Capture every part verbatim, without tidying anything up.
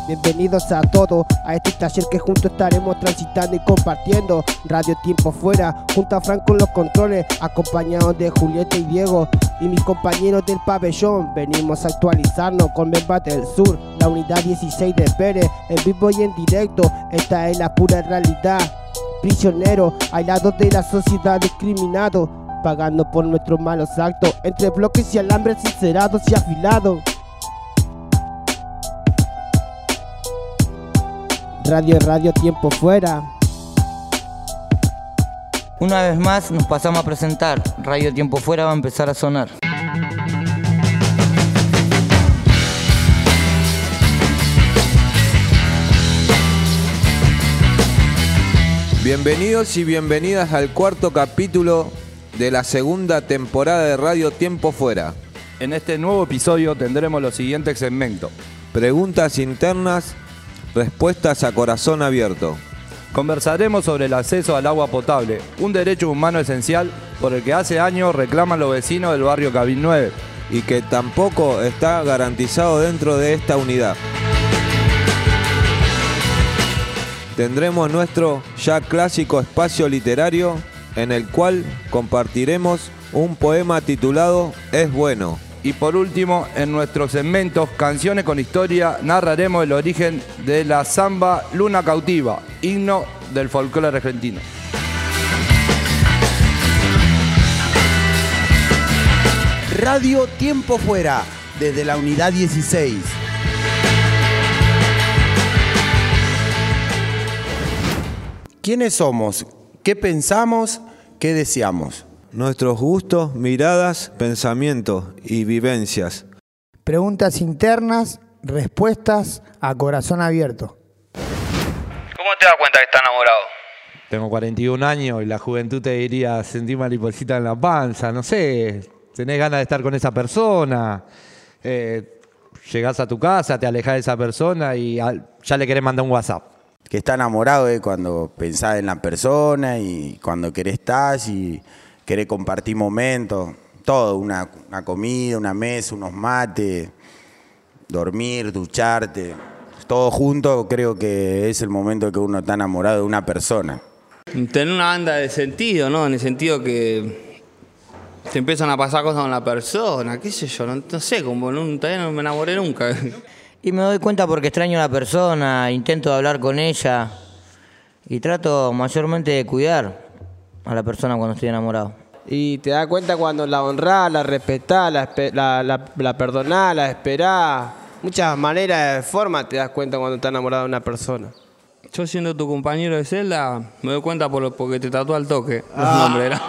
Bienvenidos a todos a este taller que juntos estaremos transitando y compartiendo. Radio Tiempo Fuera, junto a Franco en los controles, acompañados de Julieta y Diego y mis compañeros del pabellón. Venimos a actualizarnos con Membate del Sur, la unidad dieciséis de Pérez, en vivo y en directo. Esta es la pura realidad. Prisioneros, aislados de la sociedad, discriminados, pagando por nuestros malos actos, entre bloques y alambres sincerados y afilados. Radio Radio Tiempo Fuera. Una vez más nos pasamos a presentar. Radio Tiempo Fuera va a empezar a sonar. Bienvenidos y bienvenidas al cuarto capítulo de la segunda temporada de Radio Tiempo Fuera. En este nuevo episodio tendremos los siguientes segmentos: preguntas internas, respuestas a corazón abierto. Conversaremos sobre el acceso al agua potable, un derecho humano esencial por el que hace años reclaman los vecinos del barrio Cabil nueve y que tampoco está garantizado dentro de esta unidad. Tendremos nuestro ya clásico espacio literario en el cual compartiremos un poema titulado Es Bueno. Y por último, en nuestros segmentos Canciones con Historia, narraremos el origen de la samba Luna Cautiva, himno del folclore argentino. Radio Tiempo Fuera, desde la unidad dieciséis. ¿Quiénes somos? ¿Qué pensamos? ¿Qué deseamos? Nuestros gustos, miradas, pensamientos y vivencias. Preguntas internas, respuestas a corazón abierto. ¿Cómo te das cuenta que estás enamorado? Tengo cuarenta y un años y la juventud te diría, sentí mariposita en la panza, no sé, tenés ganas de estar con esa persona, eh, llegás a tu casa, te alejás de esa persona y al, ya le querés mandar un WhatsApp. Que está enamorado es cuando pensás en la persona y cuando querés estar y querés compartir momentos, todo, una, una comida, una mesa, unos mates, dormir, ducharte, todo junto. Creo que es el momento que uno está enamorado de una persona. Tener una banda de sentido, ¿no? En el sentido que te empiezan a pasar cosas con la persona, qué sé yo, no, no sé, como no, todavía no me enamoré nunca. Y me doy cuenta porque extraño a la persona, intento hablar con ella y trato mayormente de cuidar a la persona cuando estoy enamorado. Y te das cuenta cuando la honrás, la respetás, la, la, la, la perdonás, la esperás. Muchas maneras de forma te das cuenta cuando estás enamorado de una persona. Yo siendo tu compañero de celda, me doy cuenta por lo, porque te tatúa al toque. Ah. Los nombres, ¿no?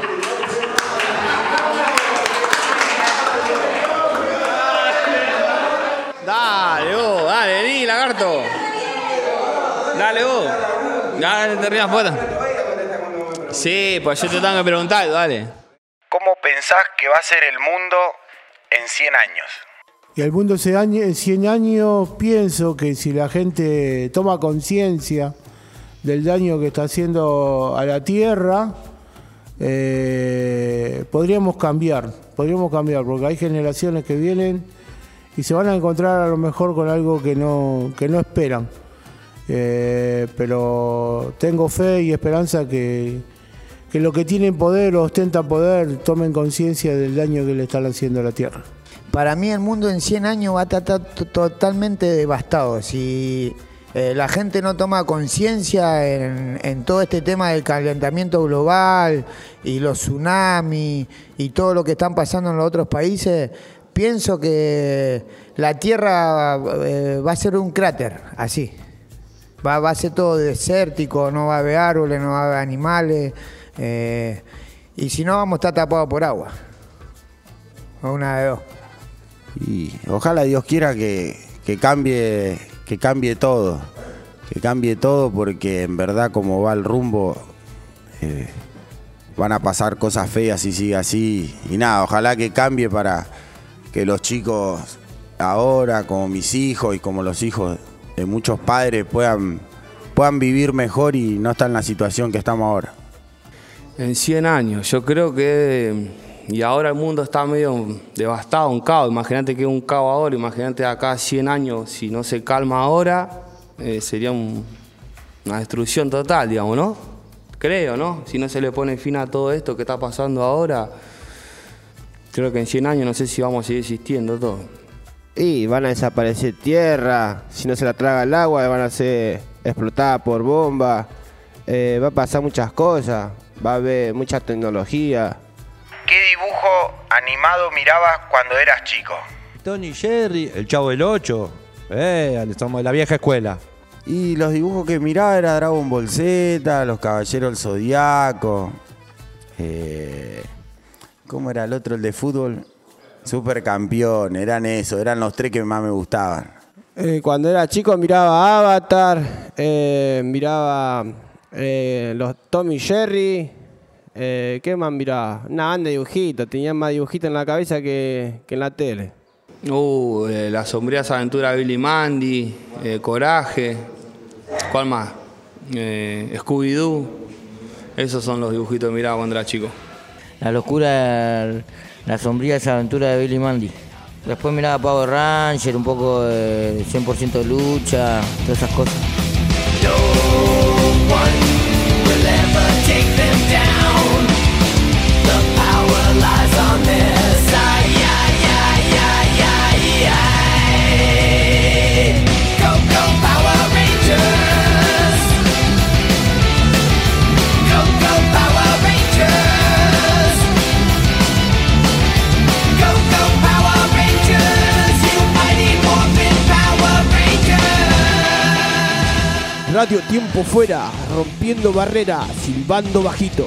Dale vos, dale, vení, lagarto. Dale vos. Dale, te rías afuera. Sí, pues yo te tengo que preguntar, dale. ¿Cómo pensás que va a ser el mundo en cien años? Y el mundo en cien años, pienso que si la gente toma conciencia del daño que está haciendo a la tierra, eh, podríamos cambiar, podríamos cambiar, porque hay generaciones que vienen y se van a encontrar a lo mejor con algo que no, que no esperan. Eh, pero tengo fe y esperanza que, que los que tienen poder o ostentan poder tomen conciencia del daño que le están haciendo a la tierra. Para mí el mundo en cien años va a estar totalmente devastado. Si eh, la gente no toma conciencia en, en todo este tema del calentamiento global y los tsunamis y todo lo que están pasando en los otros países, pienso que la Tierra eh, va a ser un cráter, así. Va, va a ser todo desértico, no va a haber árboles, no va a haber animales. Eh, y si no, vamos a estar tapados por agua. O una de dos. Y ojalá Dios quiera que, que cambie, que cambie todo. Que cambie todo porque en verdad como va el rumbo, eh, van a pasar cosas feas si sigue así. Y nada, ojalá que cambie para que los chicos ahora, como mis hijos y como los hijos de muchos padres, puedan, puedan vivir mejor y no estar en la situación que estamos ahora. En cien años, yo creo que y ahora el mundo está medio devastado, un caos. Imagínate que es un caos ahora, imagínate acá cien años, si no se calma ahora, eh, sería un, una destrucción total, digamos, ¿no? Creo, ¿no? Si no se le pone fin a todo esto que está pasando ahora, creo que en cien años no sé si vamos a seguir existiendo todo. Y van a desaparecer tierra, si no se la traga el agua, van a ser explotadas por bombas, eh, va a pasar muchas cosas, va a haber mucha tecnología. ¿Qué dibujo animado mirabas cuando eras chico? Tony Jerry, el Chavo del Ocho. Eh, somos de la vieja escuela. Y los dibujos que miraba era Dragon Ball Z, Los Caballeros del Zodiaco. Eh, ¿Cómo era el otro, el de fútbol? Supercampeón, eran eso, eran los tres que más me gustaban. Eh, cuando era chico miraba Avatar, eh, miraba eh, los Tom y Jerry. Eh, ¿Qué más miraba? Una banda de dibujitos, tenía más dibujitos en la cabeza que, que en la tele. Uh, eh, Las sombrías aventuras de Billy Mandy, eh, Coraje, ¿cuál más? Eh, Scooby-Doo, esos son los dibujitos que miraba cuando era chico. La locura, la sombría esa aventura de Billy Mandy. Después miraba Power Ranger, un poco de cien por ciento lucha, todas esas cosas. No one will ever take them down. The power lies on their side. Yeah, yeah, yeah, yeah, yeah. Go, go, Power Rangers. Go, go, Power Rangers. Go, go, Power Rangers. You mighty morphin Power Rangers. Radio Tiempo Fuera, rompiendo barreras, silbando bajito.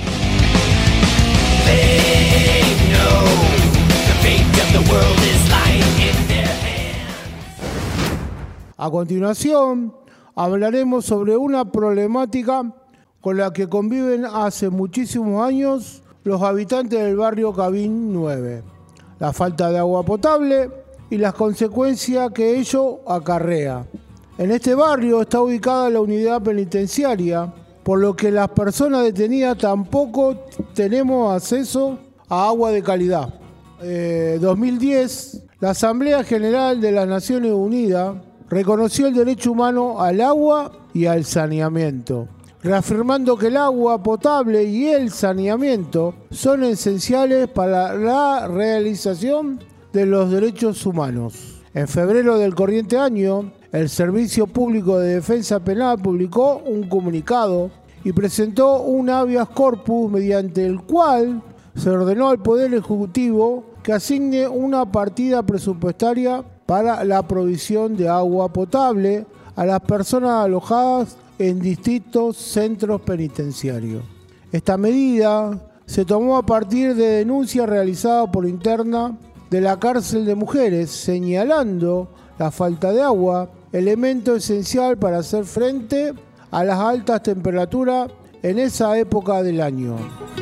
They know the fate of the world is lying in their hands. A continuación, hablaremos sobre una problemática con la que conviven hace muchísimos años los habitantes del barrio Cavín nueve. La falta de agua potable y las consecuencias que ello acarrea. En este barrio está ubicada la unidad penitenciaria, por lo que las personas detenidas tampoco tenemos acceso a agua de calidad. En eh, dos mil diez, la Asamblea General de las Naciones Unidas reconoció el derecho humano al agua y al saneamiento, reafirmando que el agua potable y el saneamiento son esenciales para la realización de los derechos humanos. En febrero del corriente año, el Servicio Público de Defensa Penal publicó un comunicado y presentó un habeas corpus mediante el cual se ordenó al Poder Ejecutivo que asigne una partida presupuestaria para la provisión de agua potable a las personas alojadas en distintos centros penitenciarios. Esta medida se tomó a partir de denuncias realizadas por interna de la cárcel de mujeres, señalando la falta de agua, elemento esencial para hacer frente a las altas temperaturas en esa época del año.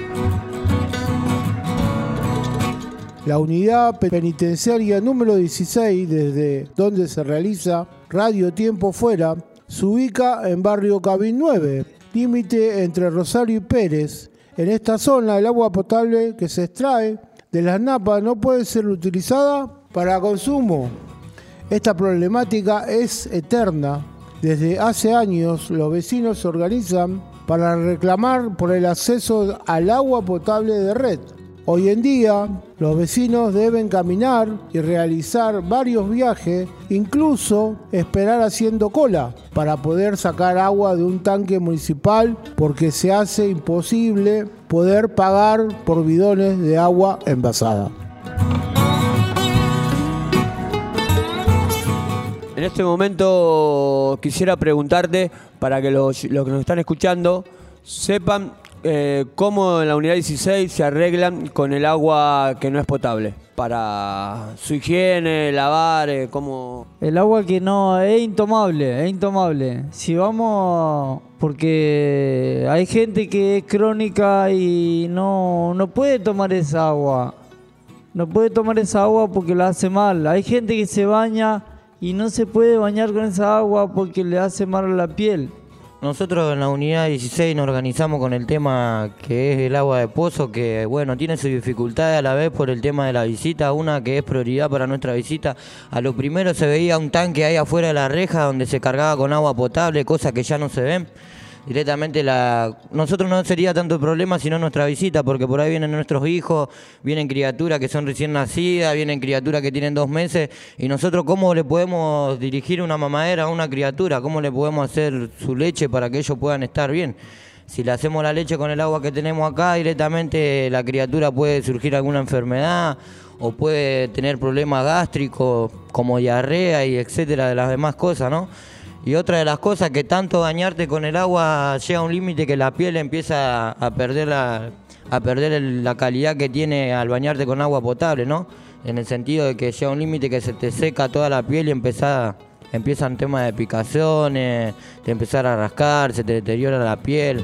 La unidad penitenciaria número dieciséis, desde donde se realiza Radio Tiempo Fuera, se ubica en barrio Cavín nueve, límite entre Rosario y Pérez. En esta zona el agua potable que se extrae de las napas no puede ser utilizada para consumo. Esta problemática es eterna. Desde hace años los vecinos se organizan para reclamar por el acceso al agua potable de red. Hoy en día los vecinos deben caminar y realizar varios viajes, incluso esperar haciendo cola para poder sacar agua de un tanque municipal porque se hace imposible poder pagar por bidones de agua envasada. En este momento quisiera preguntarte, para que los, los que nos están escuchando sepan eh, cómo en la unidad dieciséis se arreglan con el agua que no es potable, para su higiene, lavar, eh, cómo... El agua que no, es intomable, es intomable. Si vamos, porque hay gente que es crónica y no, no puede tomar esa agua, no puede tomar esa agua porque la hace mal. Hay gente que se baña y no se puede bañar con esa agua porque le hace mal a la piel. Nosotros en la unidad dieciséis nos organizamos con el tema que es el agua de pozo, que bueno, tiene sus dificultades a la vez por el tema de la visita, una que es prioridad para nuestra visita. A lo primero se veía un tanque ahí afuera de la reja donde se cargaba con agua potable, cosas que ya no se ven. Directamente la nosotros no sería tanto el problema sino nuestra visita, porque por ahí vienen nuestros hijos, vienen criaturas que son recién nacidas, vienen criaturas que tienen dos meses, y nosotros cómo le podemos dirigir una mamadera a una criatura, cómo le podemos hacer su leche para que ellos puedan estar bien. Si le hacemos la leche con el agua que tenemos acá, directamente la criatura puede surgir alguna enfermedad o puede tener problemas gástricos como diarrea y etcétera, de las demás cosas, ¿no? Y otra de las cosas, que tanto bañarte con el agua llega a un límite que la piel empieza a perder la, a perder el- la calidad que tiene al bañarte con agua potable, ¿no? En el sentido de que llega un límite que se te seca toda la piel y empieza, empiezan temas de picaciones, de empezar a rascar, se te deteriora la piel.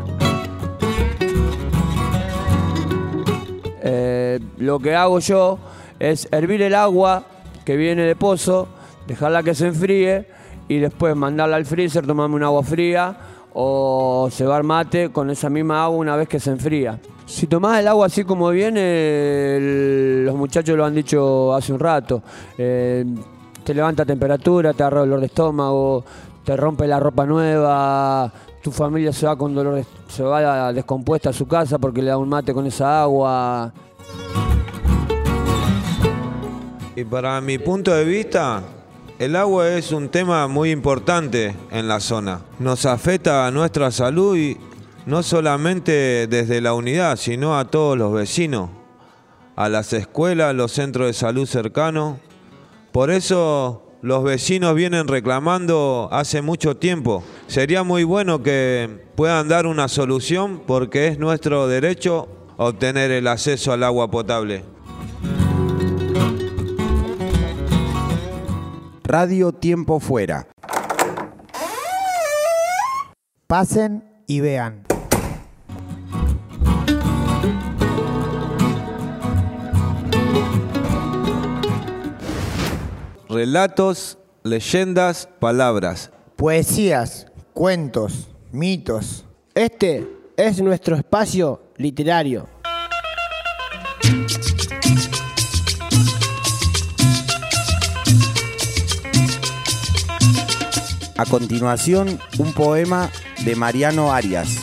Eh, lo que hago yo es hervir el agua que viene de pozo, dejarla que se enfríe y después mandarla al freezer, tomarme un agua fría o cebar mate con esa misma agua una vez que se enfría. Si tomás el agua así como viene, el- los muchachos lo han dicho hace un rato, eh, te levanta temperatura, te agarra dolor de estómago, te rompe la ropa nueva, tu familia se va con dolor, de- se va descompuesta a su casa porque le da un mate con esa agua. Y para mi punto de vista, el agua es un tema muy importante en la zona. Nos afecta a nuestra salud y no solamente desde la unidad, sino a todos los vecinos, a las escuelas, los centros de salud cercanos. Por eso los vecinos vienen reclamando hace mucho tiempo. Sería muy bueno que puedan dar una solución porque es nuestro derecho obtener el acceso al agua potable. Radio Tiempo Fuera. Pasen y vean. Relatos, leyendas, palabras. Poesías, cuentos, mitos. Este es nuestro espacio literario. A continuación, un poema de Mariano Arias.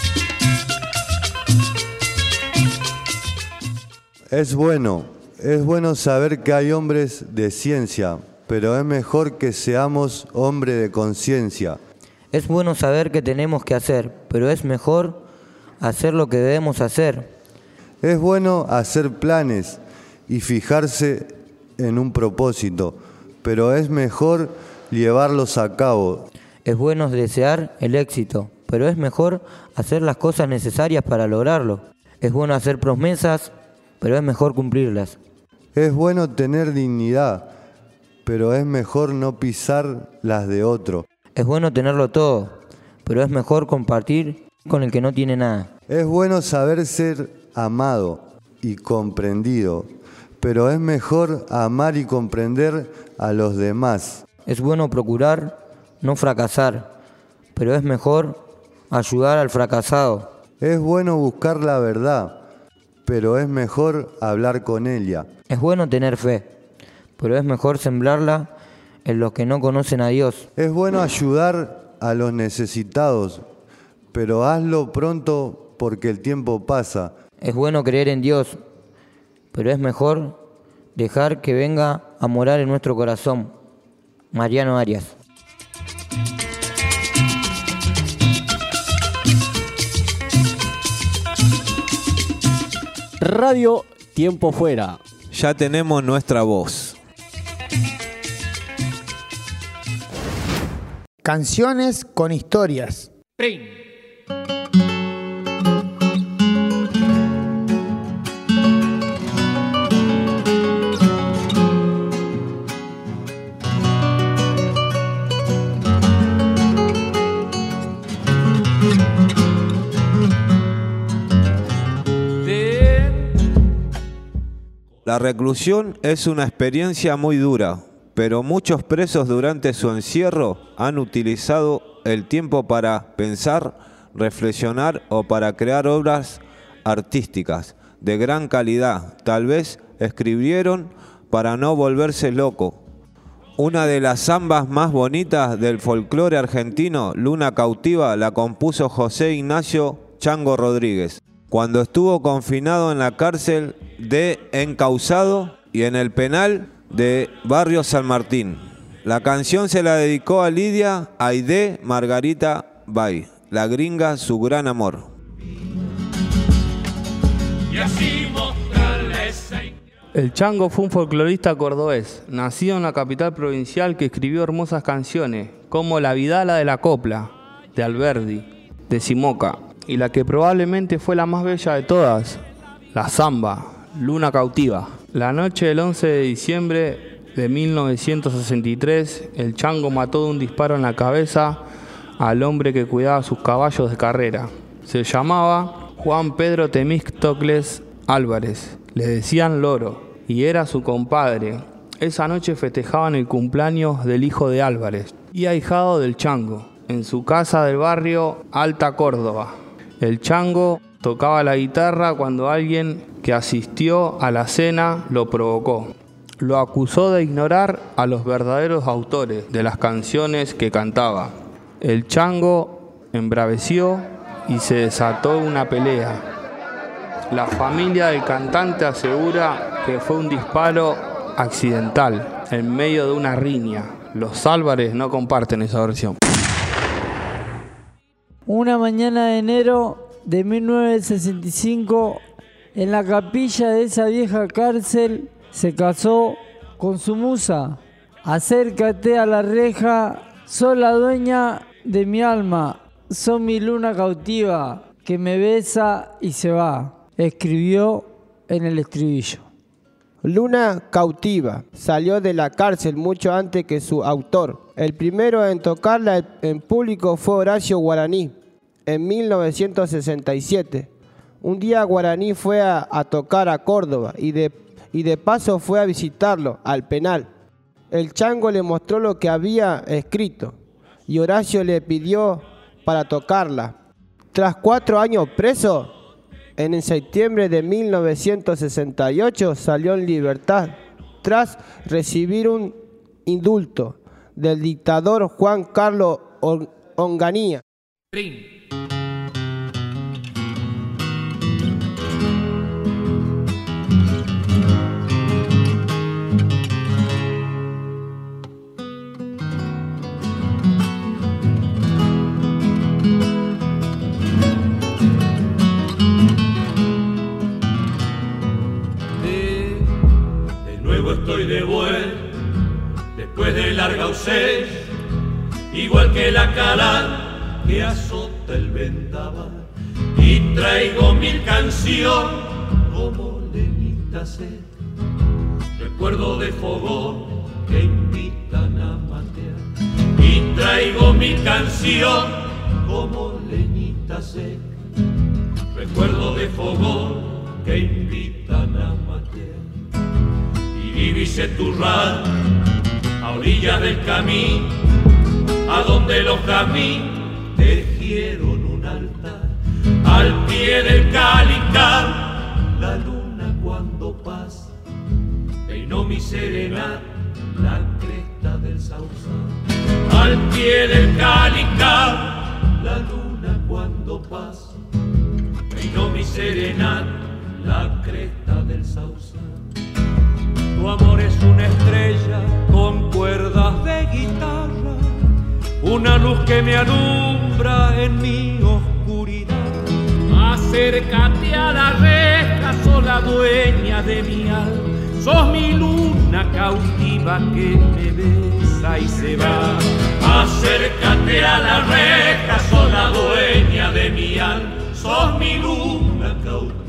Es bueno, es bueno saber que hay hombres de ciencia, pero es mejor que seamos hombres de conciencia. Es bueno saber qué tenemos que hacer, pero es mejor hacer lo que debemos hacer. Es bueno hacer planes y fijarse en un propósito, pero es mejor llevarlos a cabo. Es bueno desear el éxito, pero es mejor hacer las cosas necesarias para lograrlo. Es bueno hacer promesas, pero es mejor cumplirlas. Es bueno tener dignidad, pero es mejor no pisar las de otro. Es bueno tenerlo todo, pero es mejor compartir con el que no tiene nada. Es bueno saber ser amado y comprendido, pero es mejor amar y comprender a los demás. Es bueno procurar no fracasar, pero es mejor ayudar al fracasado. Es bueno buscar la verdad, pero es mejor hablar con ella. Es bueno tener fe, pero es mejor sembrarla en los que no conocen a Dios. Es bueno ayudar a los necesitados, pero hazlo pronto porque el tiempo pasa. Es bueno creer en Dios, pero es mejor dejar que venga a morar en nuestro corazón. Mariano Arias. Radio Tiempo Fuera. Ya tenemos nuestra voz. Canciones con historias. La reclusión es una experiencia muy dura, pero muchos presos durante su encierro han utilizado el tiempo para pensar, reflexionar o para crear obras artísticas de gran calidad. Tal vez escribieron para no volverse loco. Una de las zambas más bonitas del folclore argentino, Luna Cautiva, la compuso José Ignacio Chango Rodríguez, cuando estuvo confinado en la cárcel de Encausado y en el penal de Barrio San Martín. La canción se la dedicó a Lidia Aide Margarita Bay, la gringa, su gran amor. Y así mostrarle esa... El Chango fue un folclorista cordobés, nacido en la capital provincial, que escribió hermosas canciones, como La Vidala de la Copla, de Alberdi, de Simoca, y la que probablemente fue la más bella de todas, la Zamba, Luna Cautiva. La noche del once de diciembre de mil novecientos sesenta y tres, el Chango mató de un disparo en la cabeza al hombre que cuidaba sus caballos de carrera. Se llamaba Juan Pedro Temístocles Álvarez, le decían Loro, y era su compadre. Esa noche festejaban el cumpleaños del hijo de Álvarez y ahijado del Chango, en su casa del barrio Alta Córdoba. El Chango tocaba la guitarra cuando alguien que asistió a la cena lo provocó. Lo acusó de ignorar a los verdaderos autores de las canciones que cantaba. El Chango embraveció y se desató una pelea. La familia del cantante asegura que fue un disparo accidental en medio de una riña. Los Álvarez no comparten esa versión. Una mañana de enero de mil novecientos sesenta y cinco, en la capilla de esa vieja cárcel, se casó con su musa. Acércate a la reja, sos la dueña de mi alma, sos mi luna cautiva, que me besa y se va. Escribió en el estribillo. Luna Cautiva salió de la cárcel mucho antes que su autor. El primero en tocarla en público fue Horacio Guaraní, en mil novecientos sesenta y siete. Un día Guaraní fue a, a tocar a Córdoba y de, y de paso fue a visitarlo al penal. El Chango le mostró lo que había escrito y Horacio le pidió para tocarla. Tras cuatro años preso, en septiembre de mil novecientos sesenta y ocho salió en libertad tras recibir un indulto del dictador Juan Carlos Onganía. Estoy de vuelta después de larga ausencia, igual que la cala que azota el vendaval, y traigo mil canciones como leñita seca, recuerdo de fogón que invitan a matear, y traigo mil canciones como leñita seca, recuerdo de fogón que invitan a matear. Y divisé tu radio a orillas del camino, a donde los caminos tejieron un altar, al pie del calicar, la luna cuando pasa, peinó mi serenata, la cresta del sausal. Al pie del calicar, la luna cuando pasa, peinó mi serenata, la cresta del sausal. Tu amor es una estrella con cuerdas de guitarra, una luz que me alumbra en mi oscuridad. Acércate a la reja, sos la dueña de mi alma, sos mi luna cautiva que me besa y se va. Acércate a la reja, sos la dueña de mi alma, sos mi luna cautiva.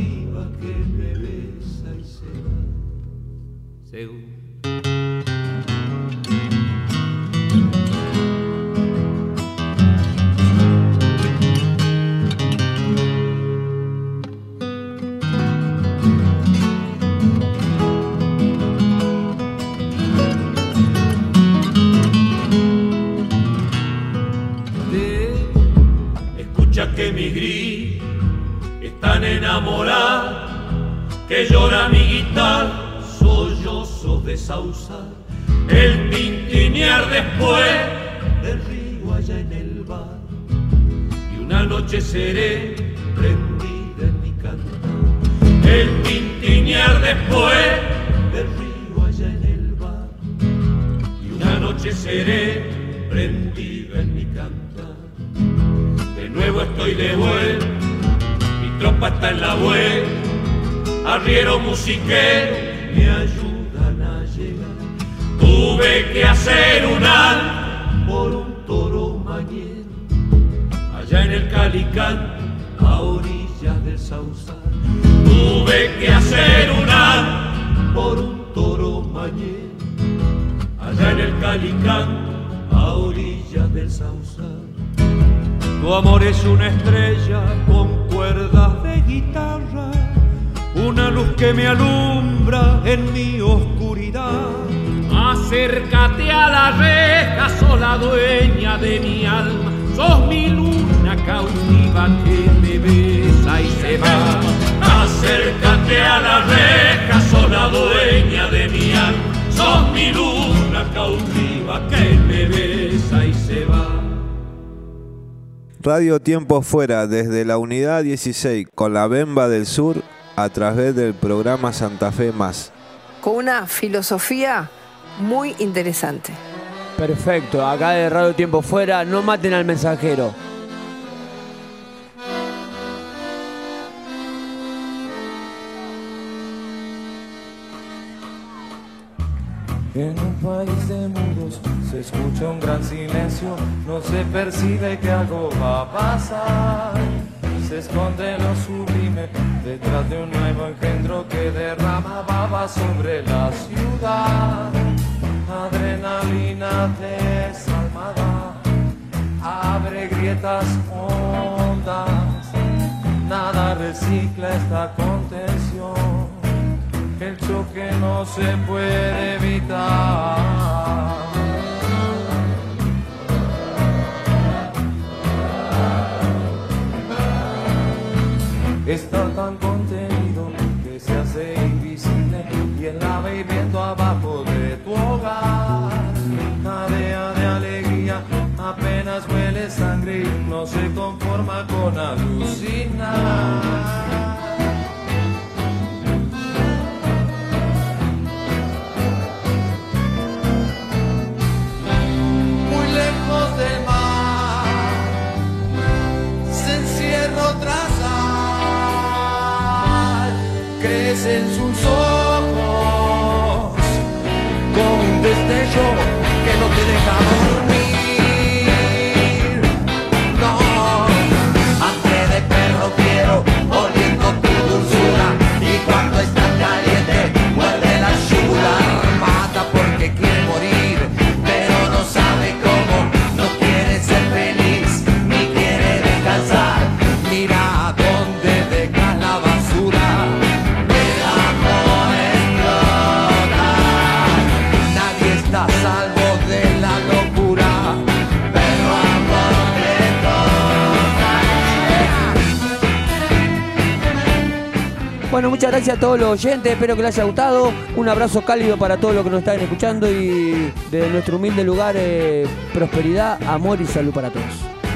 De, enamorada que llora mi guitarra, sollozos de sausa, el tintinear después del río allá en el bar, y una noche seré prendida en mi cantar, el tintinear después del río allá en el bar, y una noche seré prendida en mi cantar. De nuevo estoy de vuelta, mi tropa está en la vuelta, arriero musiquero me ayudan a llegar. Tuve que hacer un alto por un toro mañero, allá en el Calicán, a orillas del Sausal. Tuve que hacer un alto por un toro mañero, allá en el Calicán, a orillas del Sausal. Tu amor es una estrella con cuerdas de guitarra, una luz que me alumbra en mi oscuridad. Acércate a la reja, sola dueña de mi alma, sos mi luna cautiva que me besa y se va. Acércate a la reja, sola dueña de mi alma, sos mi luna cautiva que me besa y se va. Radio Tiempo Fuera desde la unidad dieciséis con la Bemba del Sur a través del programa Santa Fe Más. Con una filosofía muy interesante. Perfecto, acá de Radio Tiempo Fuera, no maten al mensajero. En un país de mudos se escucha un gran silencio, no se percibe que algo va a pasar. Se esconde lo sublime detrás de un nuevo engendro que derrama baba sobre la ciudad. Adrenalina desalmada abre grietas hondas, nada recicla esta contención. El choque no se puede evitar. Está tan contenido que se hace invisible y él la ve viendo abajo de tu hogar. Jadea de alegría, apenas huele sangre y no se conforma con alucinar. Del mar se encierra otra sal, crece en sus ojos como un destello que no te deja dormir. No, hambre de perro quiero, oliendo tu dulzura, y cuando está caliente muerde la yugular. Mata porque quiere morir, pero no sabe cómo. No quiere ser feliz, ni quiere descansar. Mira dónde deja la basura. El amor explota. Nadie está a salvo de la locura, pero amor le toca. Bueno, muchas gracias a todos los oyentes, espero que les haya gustado. Un abrazo cálido para todos los que nos están escuchando y desde nuestro humilde lugar, eh, prosperidad, amor y salud para todos.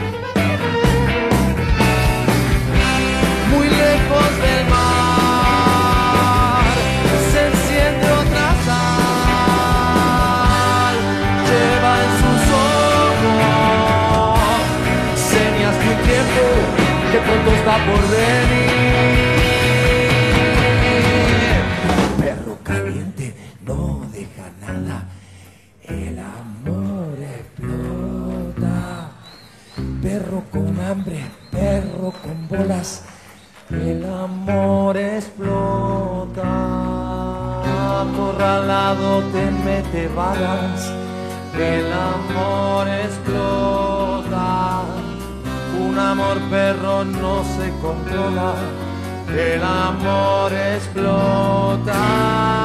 Muy lejos del mar se enciende otra sal, lleva en sus ojos señas de un tiempo que pronto está por venir. Perro caliente no deja nada, el amor explota. Perro con hambre, perro con bolas, el amor explota. Acorralado te mete balas, el amor explota. Un amor perro no se controla, el amor explota.